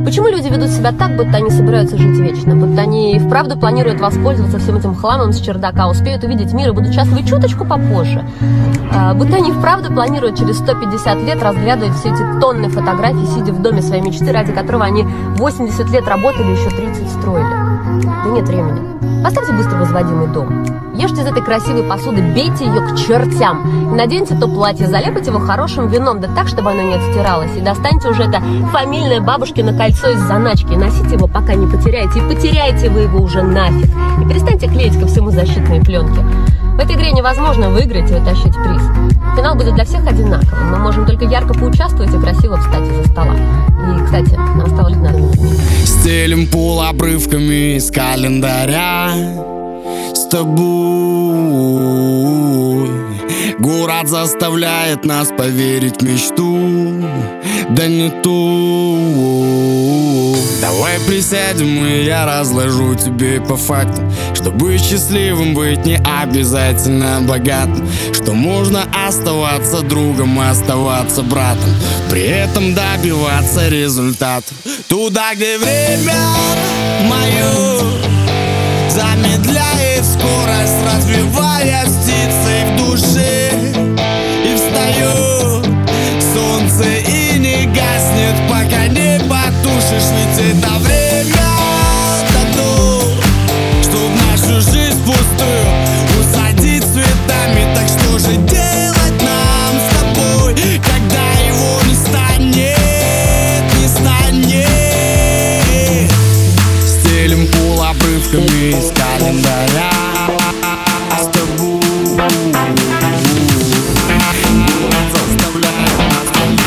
Почему люди ведут себя так, будто они собираются жить вечно, будто они и вправду планируют воспользоваться всем этим хламом с чердака, успеют увидеть мир и будут счастливы чуточку попозже, будто они и вправду планируют через 150 лет разглядывать все эти тонны фотографий, сидя в доме своей мечты, ради которого они 80 лет работали, еще 30 строили. Да нет времени. Поставьте быстро возводимый дом. Ешьте из этой красивой посуды, бейте ее к чертям. И наденьте то платье, заляпайте его хорошим вином, да так, чтобы оно не отстиралось. И достаньте уже это фамильное бабушкино кольцо из заначки. И носите его, пока не потеряете. И потеряете вы его уже нафиг. И перестаньте клеить ко всему защитные пленки. В этой игре невозможно выиграть и утащить приз. Финал будет для всех одинаковым. Мы можем только ярко поучаствовать и красиво встать из-за стола. И, кстати, нам стало лить надо минут. Стелим пол обрывками из календаря. С тобой город заставляет нас поверить в мечту, да не ту. Давай присядем, и я разложу тебе по фактам, что быть счастливым быть не обязательно богатым, что можно оставаться другом, оставаться братом, при этом добиваться результата. Туда, где время мое замедляет скорость, развивая птицей в душе. И встает солнце и не гаснет, пока не потушишь. Ведь это время дано, чтоб нашу жизнь пустую усадить цветами. Так что же делать нам с тобой, когда его не станет, не станет? Стелим пол обрывками из календаря. С тобой заставляет нас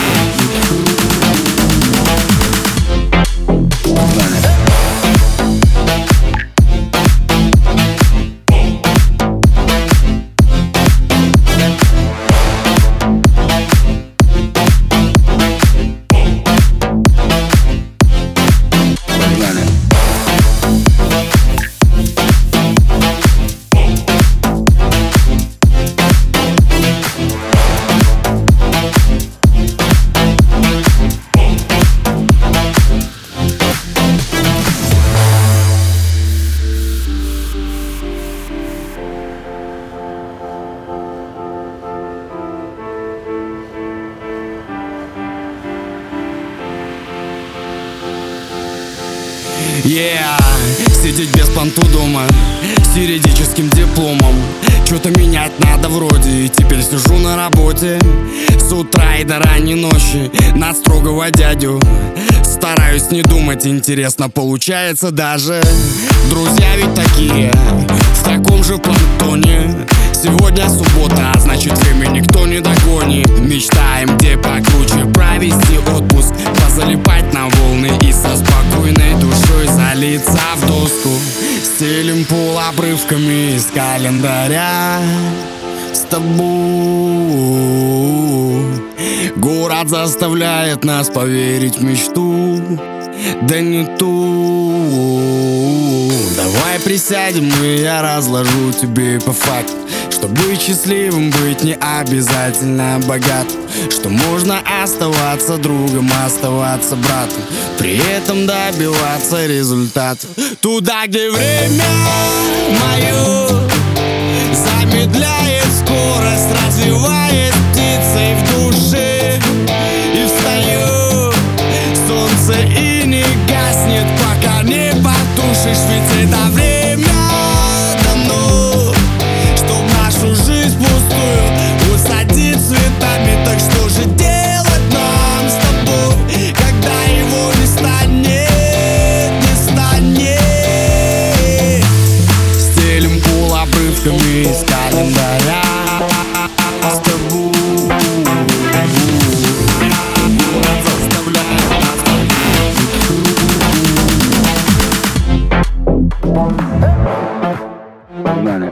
сидеть без понту дома с юридическим дипломом. Что-то менять надо вроде, и теперь сижу на работе с утра и до ранней ночи над строгого дядю. Стараюсь не думать, интересно получается даже. Друзья ведь такие, в таком же планктоне. Сегодня суббота, а значит время никто не догонит. Мечтаем, где покруче провести отпуск, позалипать на волны и со спокойной душой залиться в доску. Стелим пол обрывками из календаря. С тобой город заставляет нас поверить в мечту, да не ту. Давай присядем, и я разложу тебе по факту, что быть счастливым быть не обязательно богатым, что можно оставаться другом, оставаться братом, при этом добиваться результата. Туда, где время мое замедляет скорость, развивает птицей в душе. И встает солнце и не гаснет, пока не потушишь. Ведь это время дано, чтоб нашу жизнь пустую усадить цветами. Так что же делать нам с тобой, когда его не станет, не станет? Стелим пол обрывками из календаря. С тобой город заставляет нас Погнали.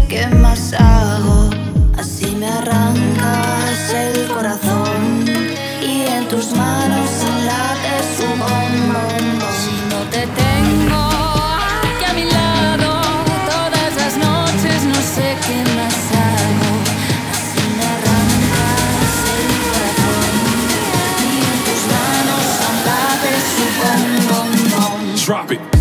qué más hago. Así me arrancas el corazón y en tus manos late su bombón. Si no te tengo aquí a mi lado, todas las noches no sé qué más hago. Así me arrancas el corazón y en tus manos late su bombón. Drop it.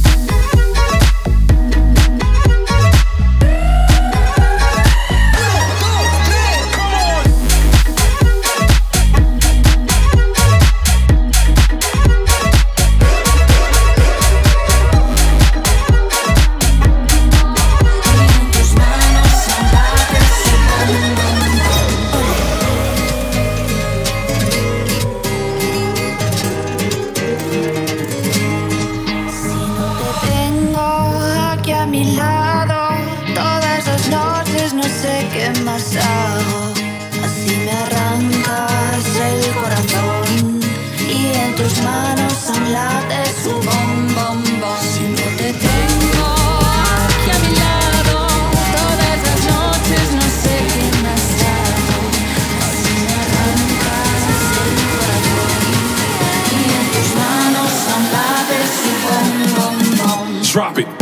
Drop it.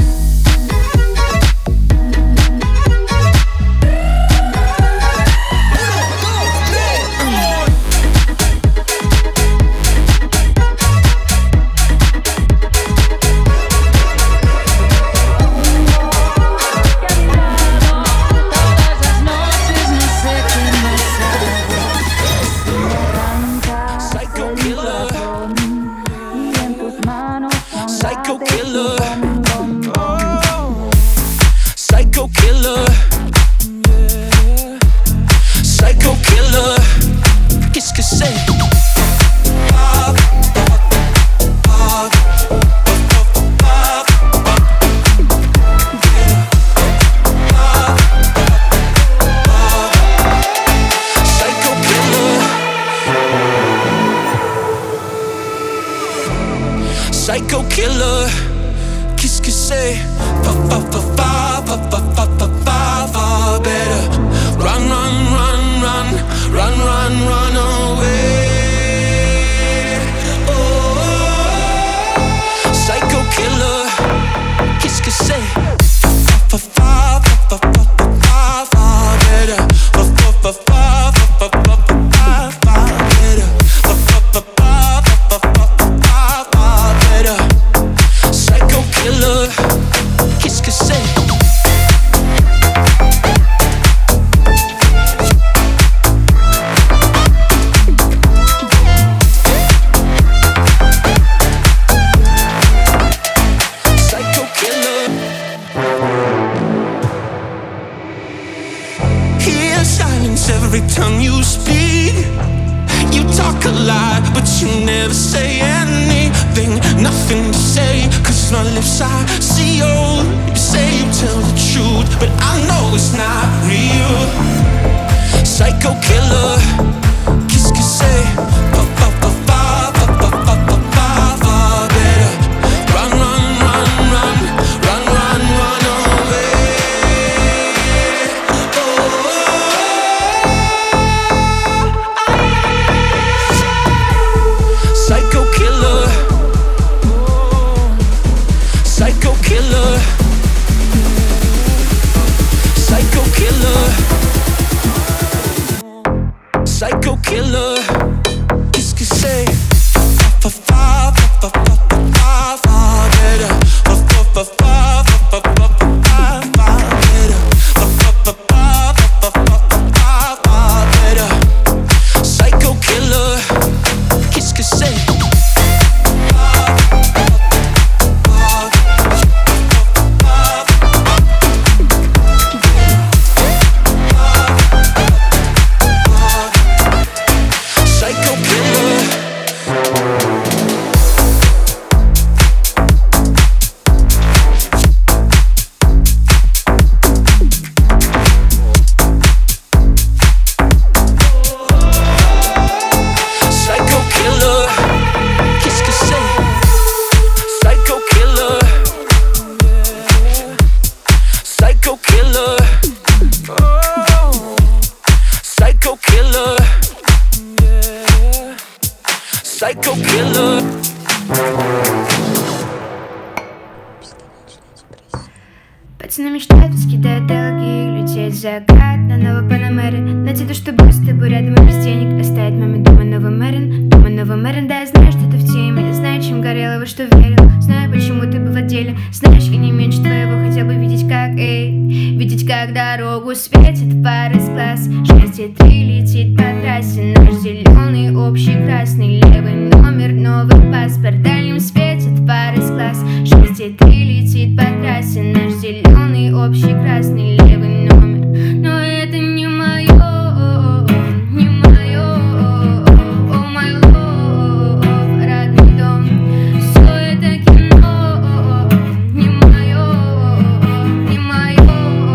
Psycho killer, qu'est-ce que c'est? Better run, run, run, run, run, run, run away. Oh, psycho killer, qu'est-ce que c'est? Better psycho killer, qu'est-ce que c'est? Psycho killer. Hear silence every time you speak. You talk a lot, but you never say anything. Nothing to say, cause my lips are sealed. You say you tell the truth, but I know it's not real. Psycho killer, qu'est-ce que c'est? Better run, run, run, run, run, run, run away. Psycho killer, psycho killer, psycho killer, psycho killer, qu'est-ce que c'est? Psycho killer, qu'est-ce que c'est? psycho killer. Пацаны мечтают, скидают долги, лететь в закат на новой Панамере. Найти то, что будет с тобой рядом и без денег. Оставить маме дома новый Мэрин, дома новый Мэрин. Да, я знаю, что ты в теме, знаю, чем горела, во что верил. Знаю, почему ты был в отделе. Знаешь, я не меньше твоего хотел бы видеть, как, видеть, как дорогу светит пар из глаз. 6,3 летит по трассе, наш зеленый, общий красный. Левый номер, новый паспорт, дальним светит пар из глаз. 6,3 летит по трассе, наш зеленый, общий красный, левый номер. Но это не мое, не мое, о мой лов, родной дом. Все это кино, не мое, не мое,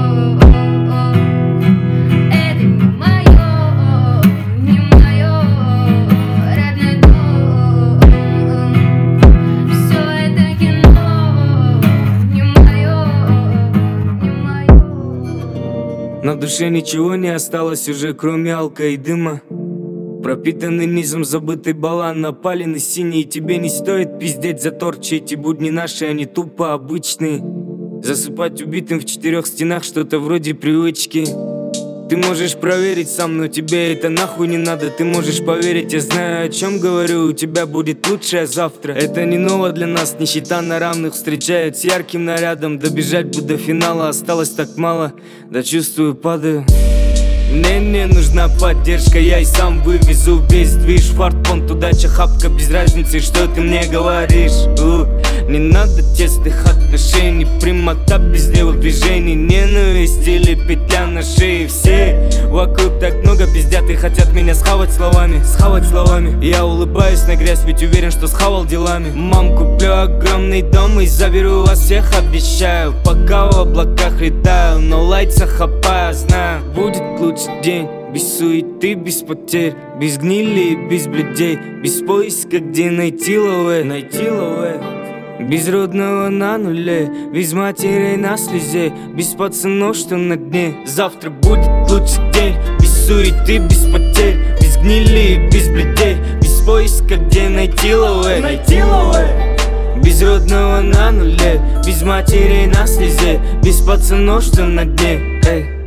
это не мое, не мое, родной дом. Все это кино, не мое, не мое. На душе ничего не осталось уже, кроме алка и дыма. Пропитанный низом забытый балан, напаленный синий. Тебе не стоит пиздеть за торчи. Эти будни наши, они тупо обычные. Засыпать убитым в 4 стенах, что-то вроде привычки. Ты можешь проверить сам, но тебе это нахуй не надо. Ты можешь поверить, я знаю, о чем говорю. У тебя будет лучшее завтра. Это не ново для нас, нищета на равных встречает с ярким нарядом. Добежать бы до финала, осталось так мало. Да чувствую, падаю. Мне не нужна поддержка, я и сам вывезу весь движ. Фартпонт, удача, хапка, без разницы, что ты мне говоришь. Не надо тесных отношений, прямота без левых движений. Ненависть или петля на шее. Все вокруг так много пиздят и хотят меня схавать словами, схавать словами. Я улыбаюсь на грязь, ведь уверен, что схавал делами. Мам, куплю огромный дом и заберу вас всех, обещаю. Пока в облаках летаю, но лайца хапаю, знаю. Будет лучше день, без суеты, без потерь, без гнили и без бледей, без поиска, где найти лове, найти лове. Без родного на нуле, без матерей на слезе, без пацанов, что на дне. Завтра будет лучший день, без суеты, без потерь, без гнили и без бледей, без поиска, где найти лове, найти лове. Без родного на нуле, без матерей на слезе, без пацанов, что на дне.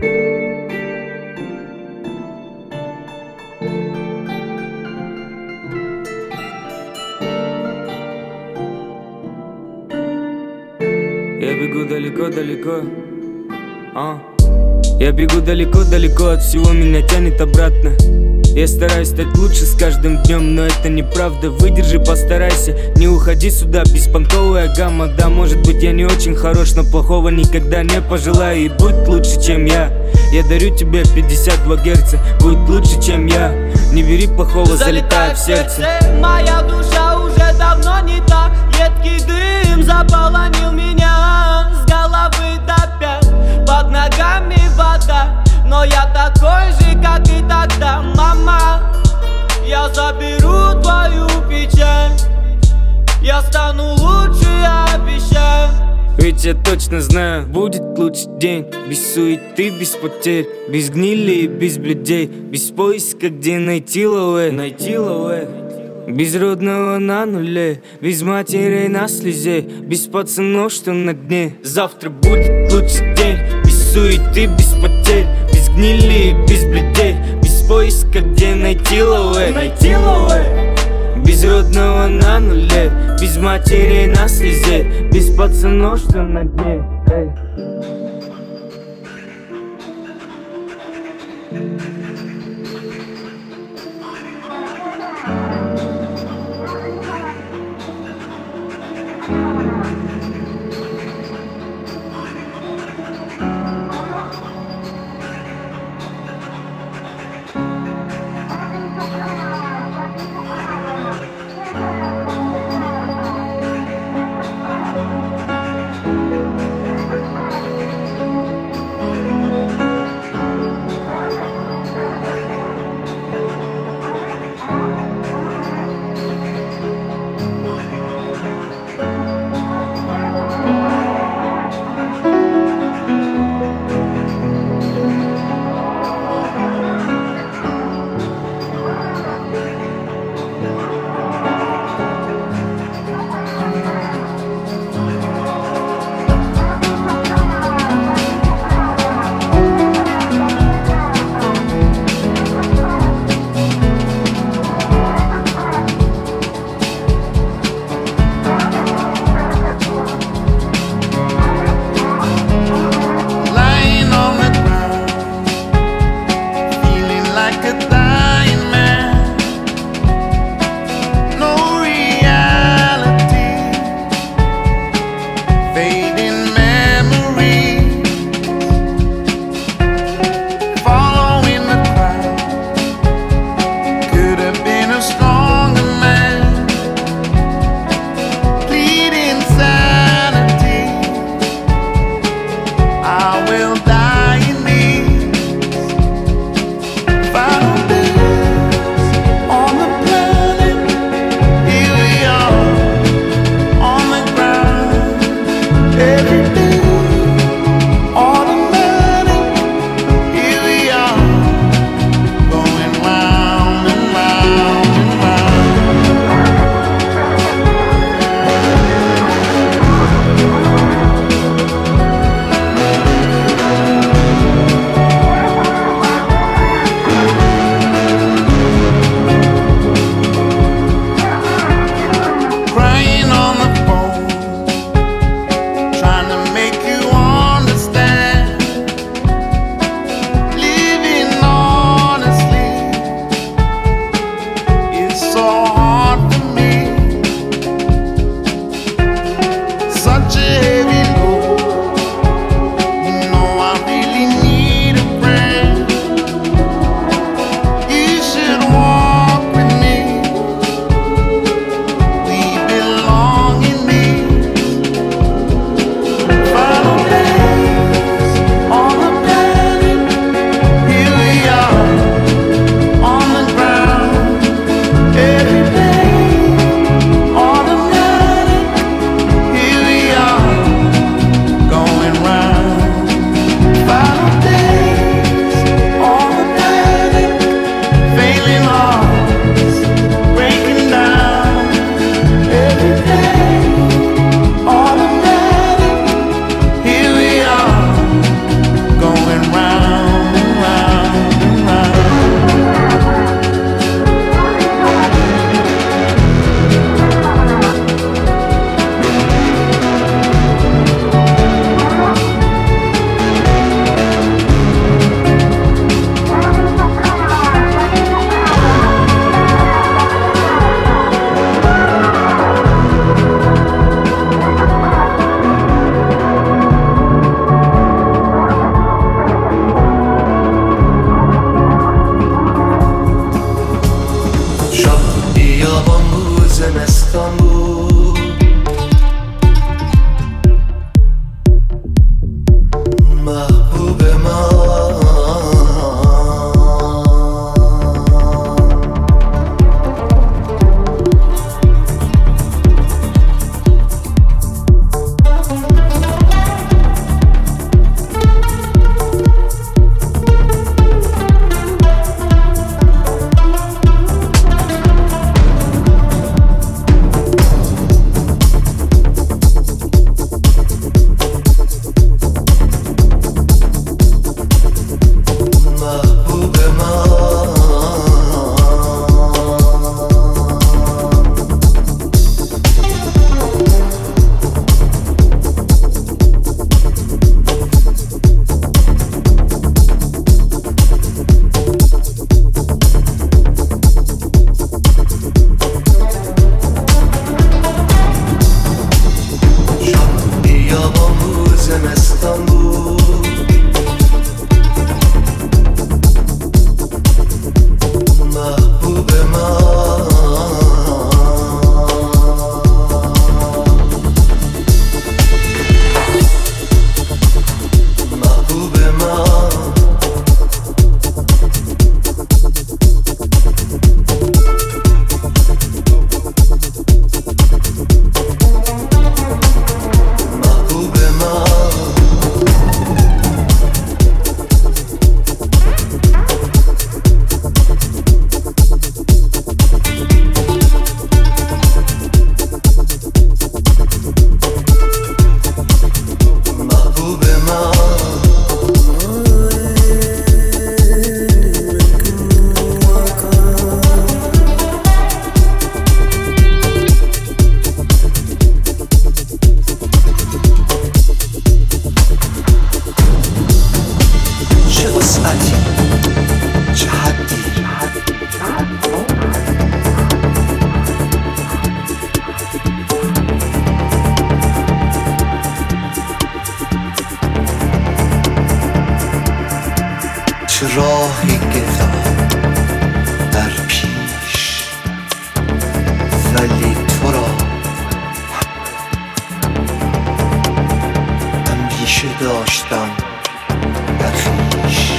Я бегу далеко-далеко, я бегу далеко-далеко от всего, меня тянет обратно. Я стараюсь стать лучше с каждым днем, но это неправда. Выдержи, постарайся, не уходи сюда, беспонтовая гамма. Да, может быть, я не очень хорош, но плохого никогда не пожелаю. И будь лучше, чем я. Я дарю тебе 52 герца, будь лучше, чем я. Не бери плохого, залетай в сердце. Моя душа уже давно не та. Едкий дым заполонил меня с головы до пят. Под ногами вода, но я такой же, как и тогда. Мама, я заберу твою печаль. Я стану лучше, обещаю. Ведь я точно знаю, будет лучший день. Без суеты, без потерь, без гнили и без бледей, без поиска, где найти лове, найти лове. Без родного на нуле, без матерей на слезе, без пацанов, что на дне. Завтра будет лучший день, без суеты, без потерь, без гнили и без бледей, без поиска, где найти лове, найти лове. Без родного на нуле, без матерей на слезе, без пацанов, что на дне. جهتی جهتی چه راهی گذار در پیش ولی تو را اندیشه داشتم در خویش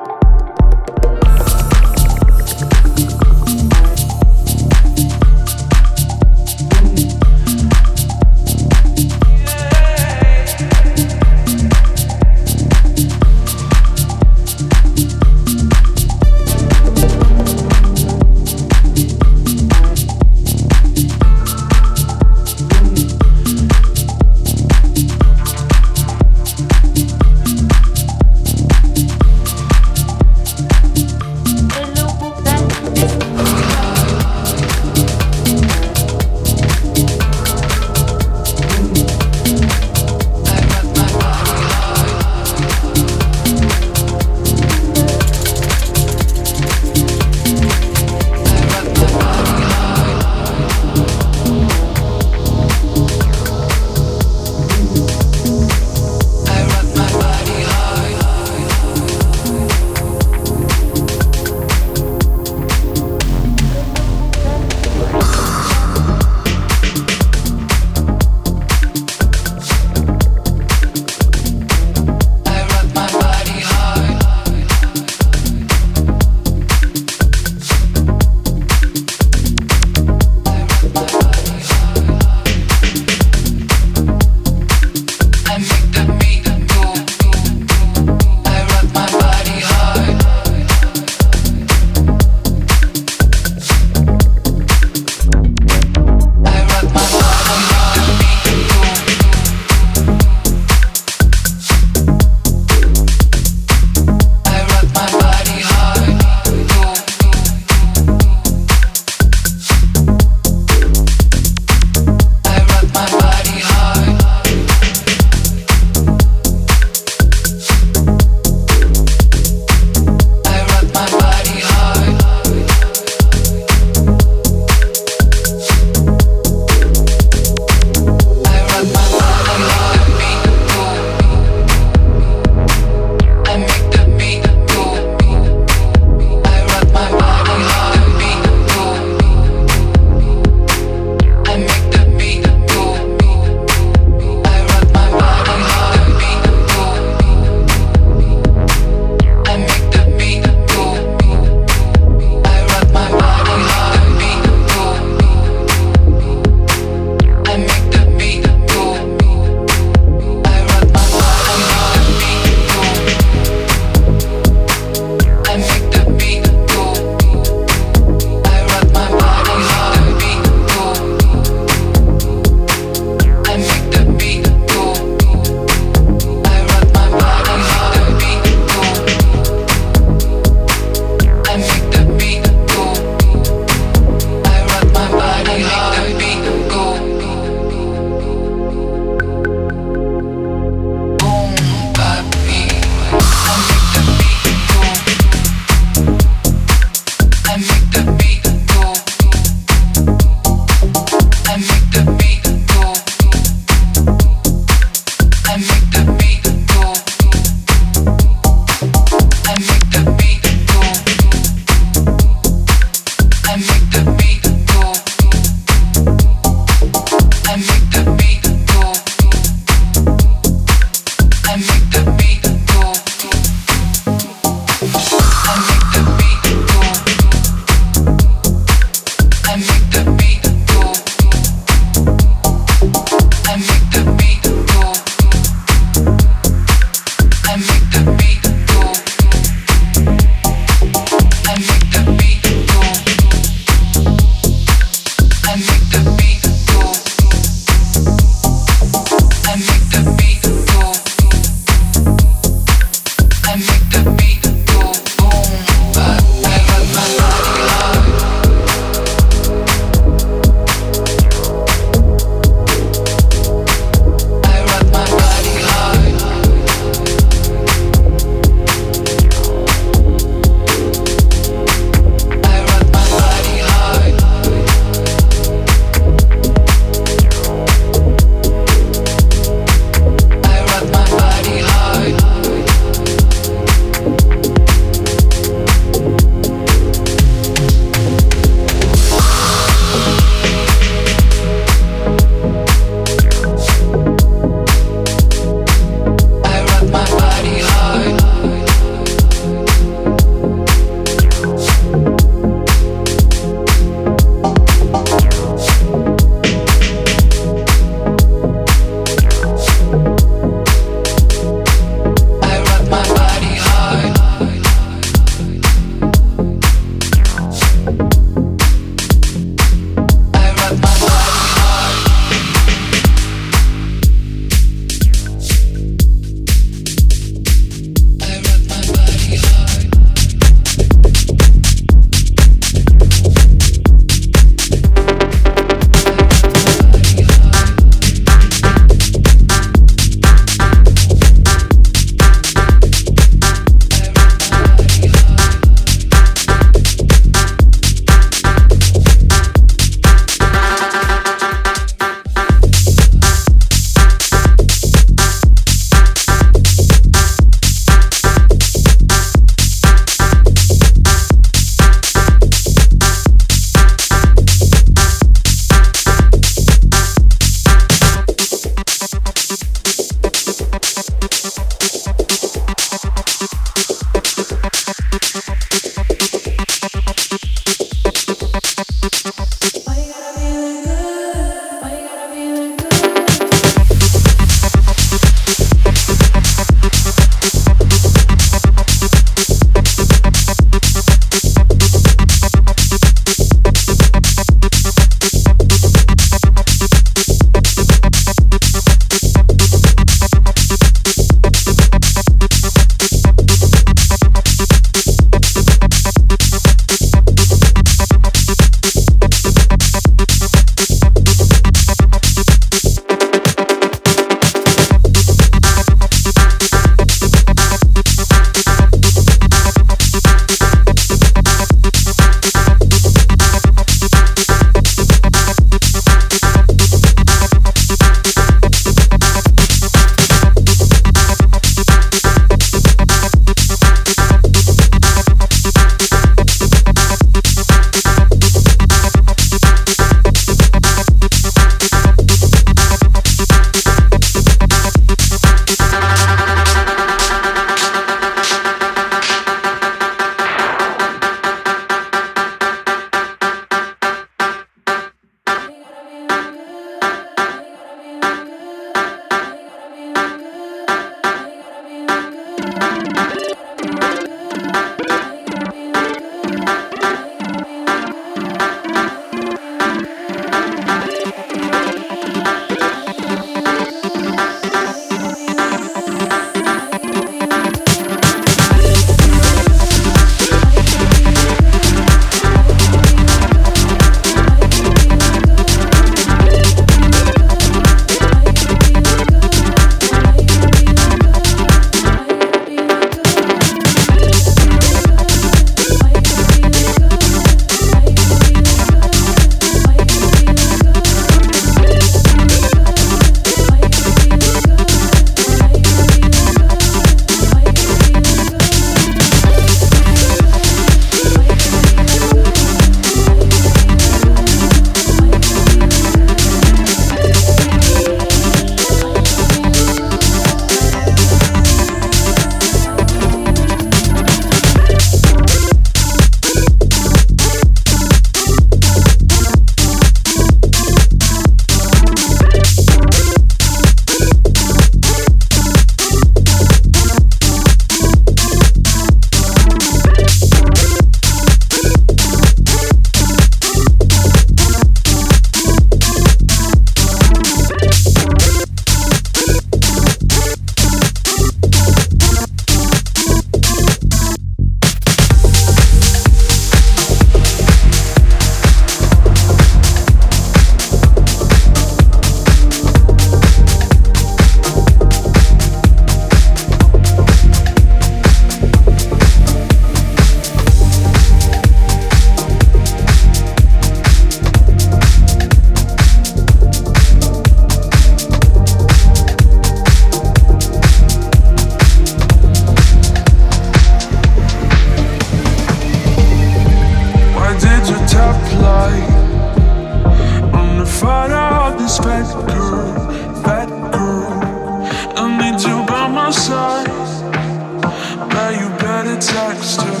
this fat girl, fat girl. I need you by my side. Now you better text her.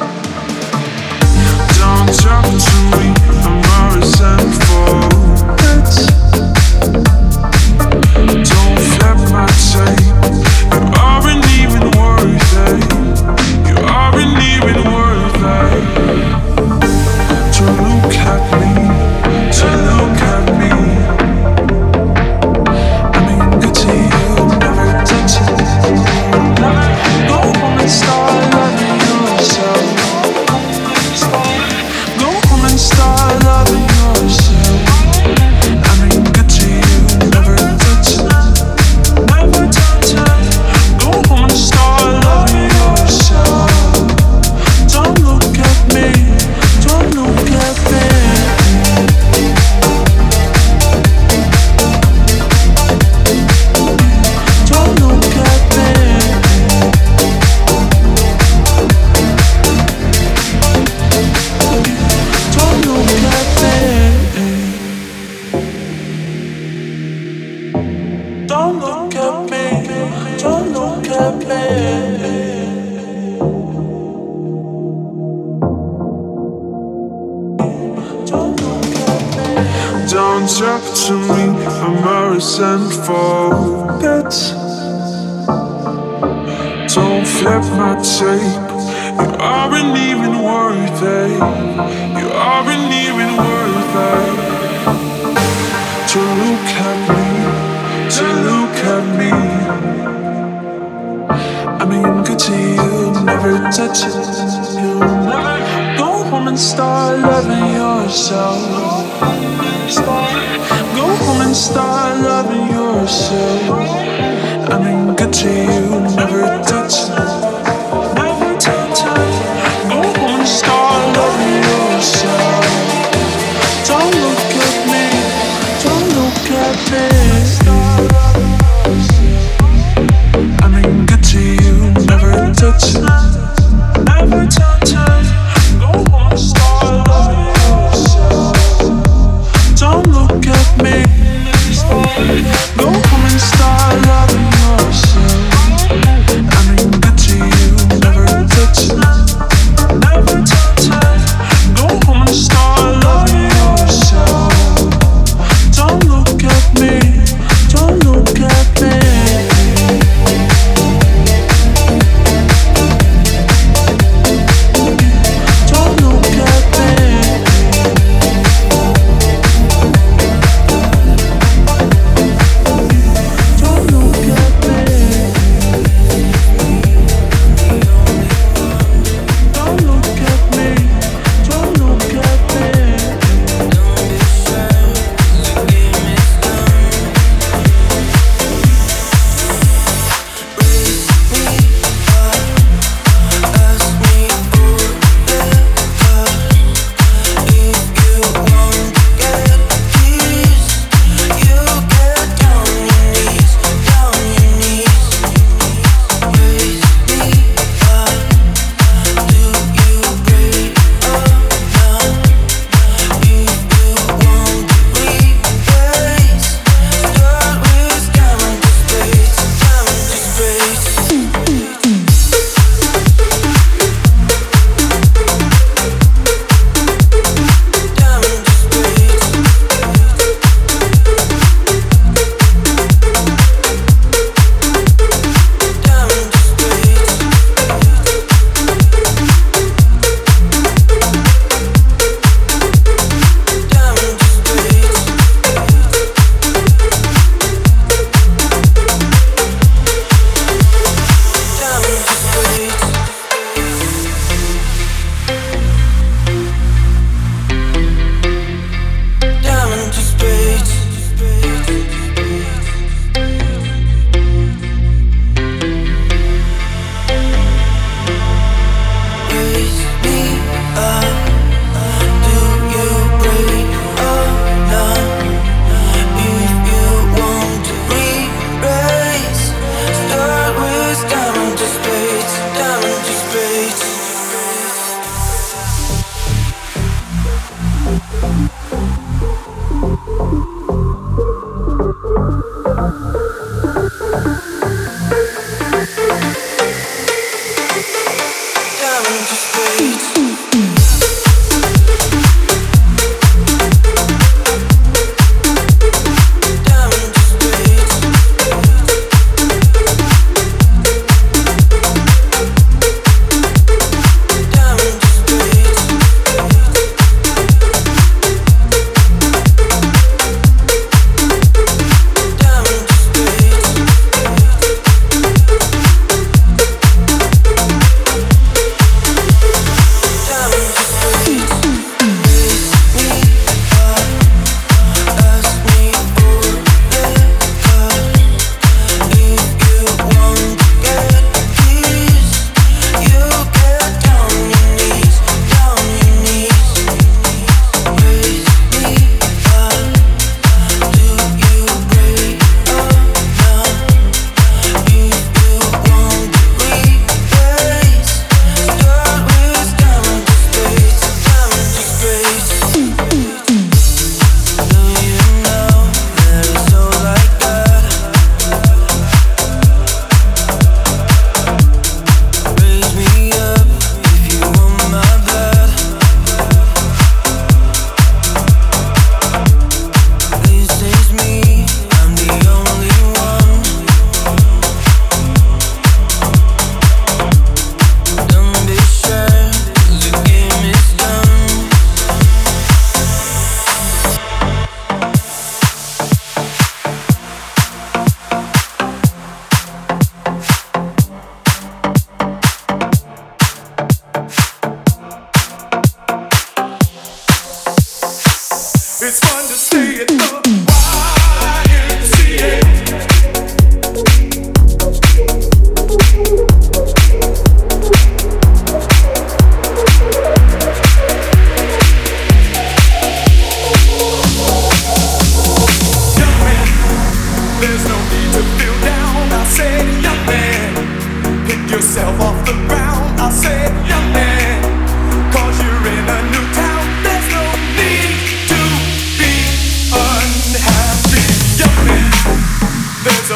Don't talk to me, I'm resentful. Don't flip my tape. You aren't even worth it. You aren't even worth it. To look at me, to look at me. I mean, good to you, never touch it. Go home and start loving yourself. Go home and start loving yourself. I mean, good to you, never touch it. Never touch it. Go home and start loving yourself. Don't look at me, don't look at me. Don't look at me. Don't look at me. Don't look at me. Don't look at me. Don't talk to me, I'm a resentful bitch. Don't flip my tape. You aren't even worth it. You aren't even worth it. To look at me, to look at me. I mean, good to you, never touch it. You never go home and start loving yourself. Go home and start loving yourself. I mean, good to you, never touch it. Never touch it. Go home and start loving yourself. Don't look at me, don't look at me. I mean, good to you, never touch it. Never touch it. Go home and start loving yourself. Don't look at me. Go home and start loving yourself. I mean, good to you, never touch it. Never touch it. Go home and start loving yourself. Don't look at me.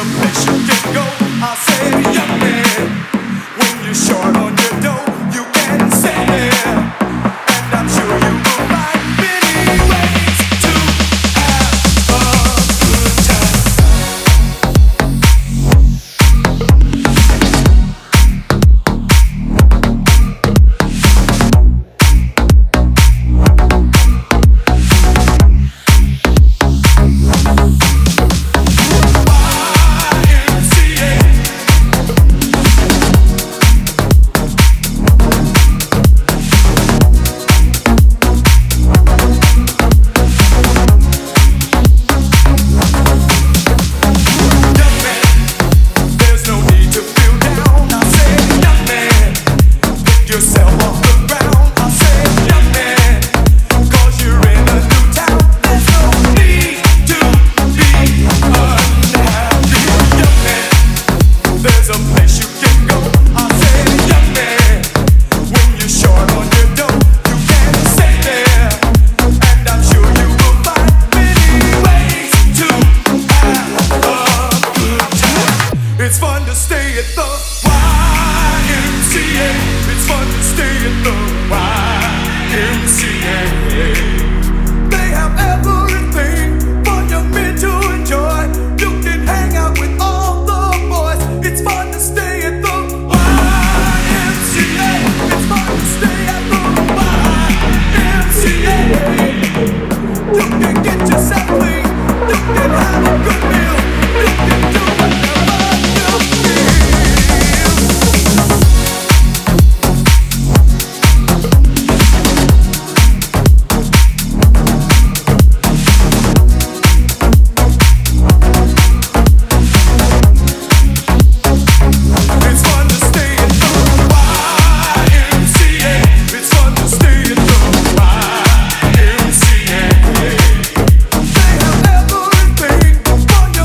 a place you can go. I say, young man, when you're short on your dough, you can stay there, and I'm sure you will find many ways to have a good time. It's fun to stay at the YMCA. It's fun to stay at the YMCA. They have everything for young men to enjoy. You can hang out with all the boys. It's fun to stay at the YMCA. It's fun to stay at the YMCA. You can get yourself clean. You can have a good meal. You can do whatever. For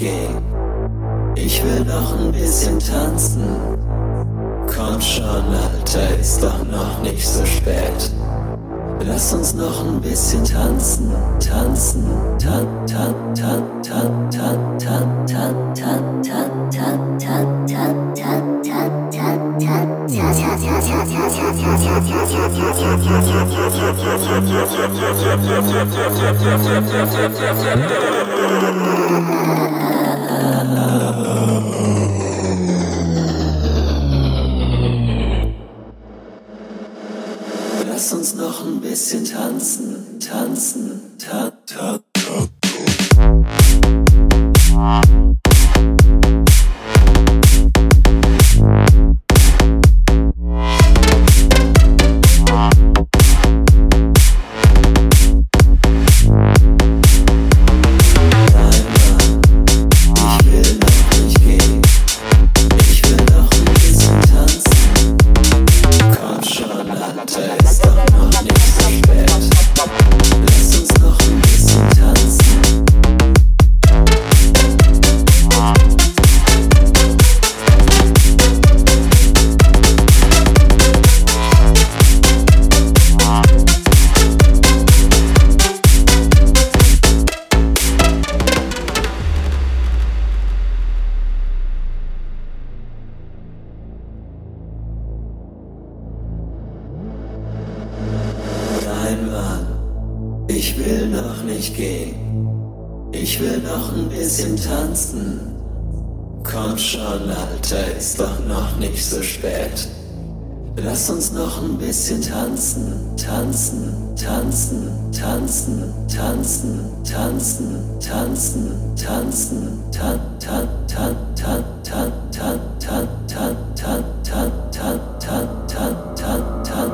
gehen. Ich will noch ein bisschen tanzen. Komm schon, Alter, ist doch noch nicht so spät. Lass uns noch ein bisschen tanzen, tanzen, tan, tan, tan, tan, tan, tan, tan, tan, tan, tan, tan, tan, tan, tan, Lass uns noch ein bisschen tanzen, tanzen, tan, tan, tan. Ich will noch nicht gehen. Ich will noch ein bisschen tanzen. Komm schon, Alter, ist doch noch nicht so spät. Lass uns noch ein bisschen tanzen, tanzen, tanzen, tanzen, tanzen, tanzen, tanzen, tanzen, tan, tan, tan, tan, tan, tan, tan, tan, tan, tan, tan, tan, tan, tan, tan.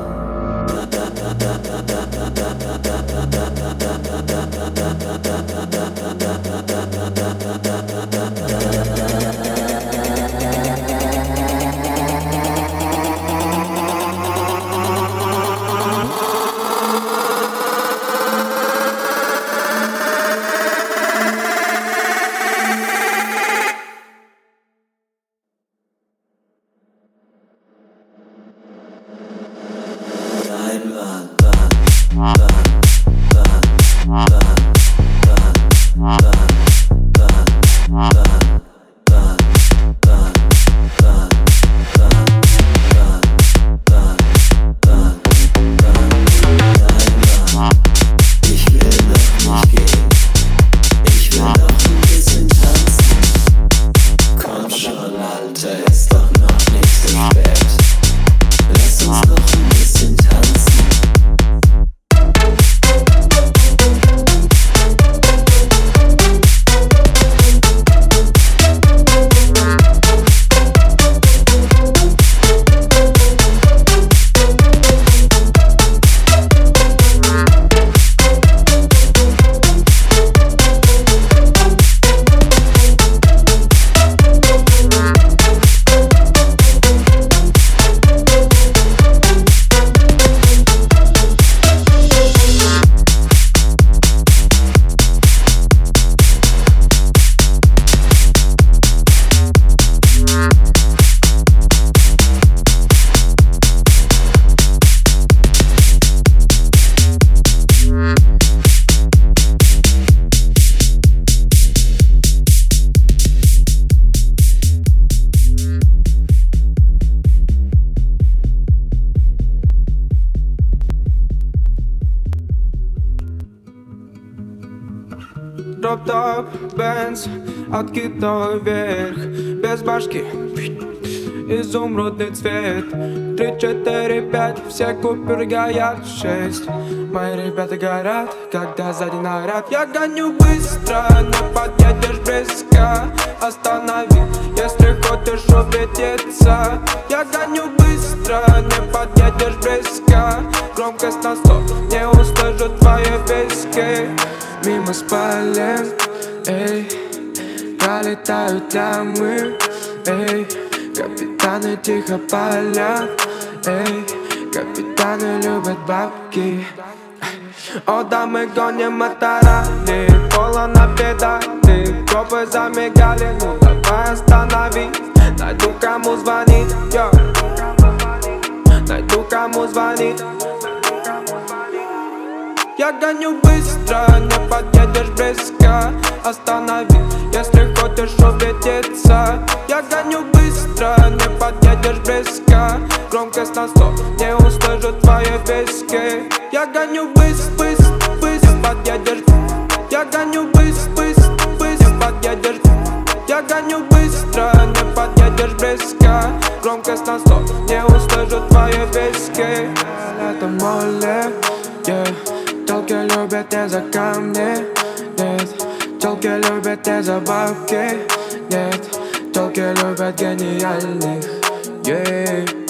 Топ-топ, Бенз, откидной вверх, без башки, изумрудный цвет. 3, 4, 5, все купюры горят. 6, мои ребята горят, когда сзади наряд. Я гоню быстро, не подъедешь близко. Останови, если хочешь убедиться. Я гоню быстро, не подъедешь близко. Громкость на 100, не услышу твои виски. Мимо спален, эй, пролетают ямы, эй, капитаны тихо палят, эй, капитаны любят бабки. О, да, мы гоним моторами, поло на педали. Стропы замигали, ну давай остановись. Найду кому звонить, найду кому звонить. Я гоню быстро, не подъедешь близко. Остановись, если хочешь убедиться. Я гоню быстро, не подъедешь близко. Громкость на 100, не услышу твои виски. Я гоню быстро, подъедешь. Я гоню быстро, подъедешь. Я гоню быстро, не подъедешь близко. Громкость на 100, не услышу твои виски. Это моле, Телки любят не за камни, нет. Телки любят не за бабки, нет. Телки любят гениальных,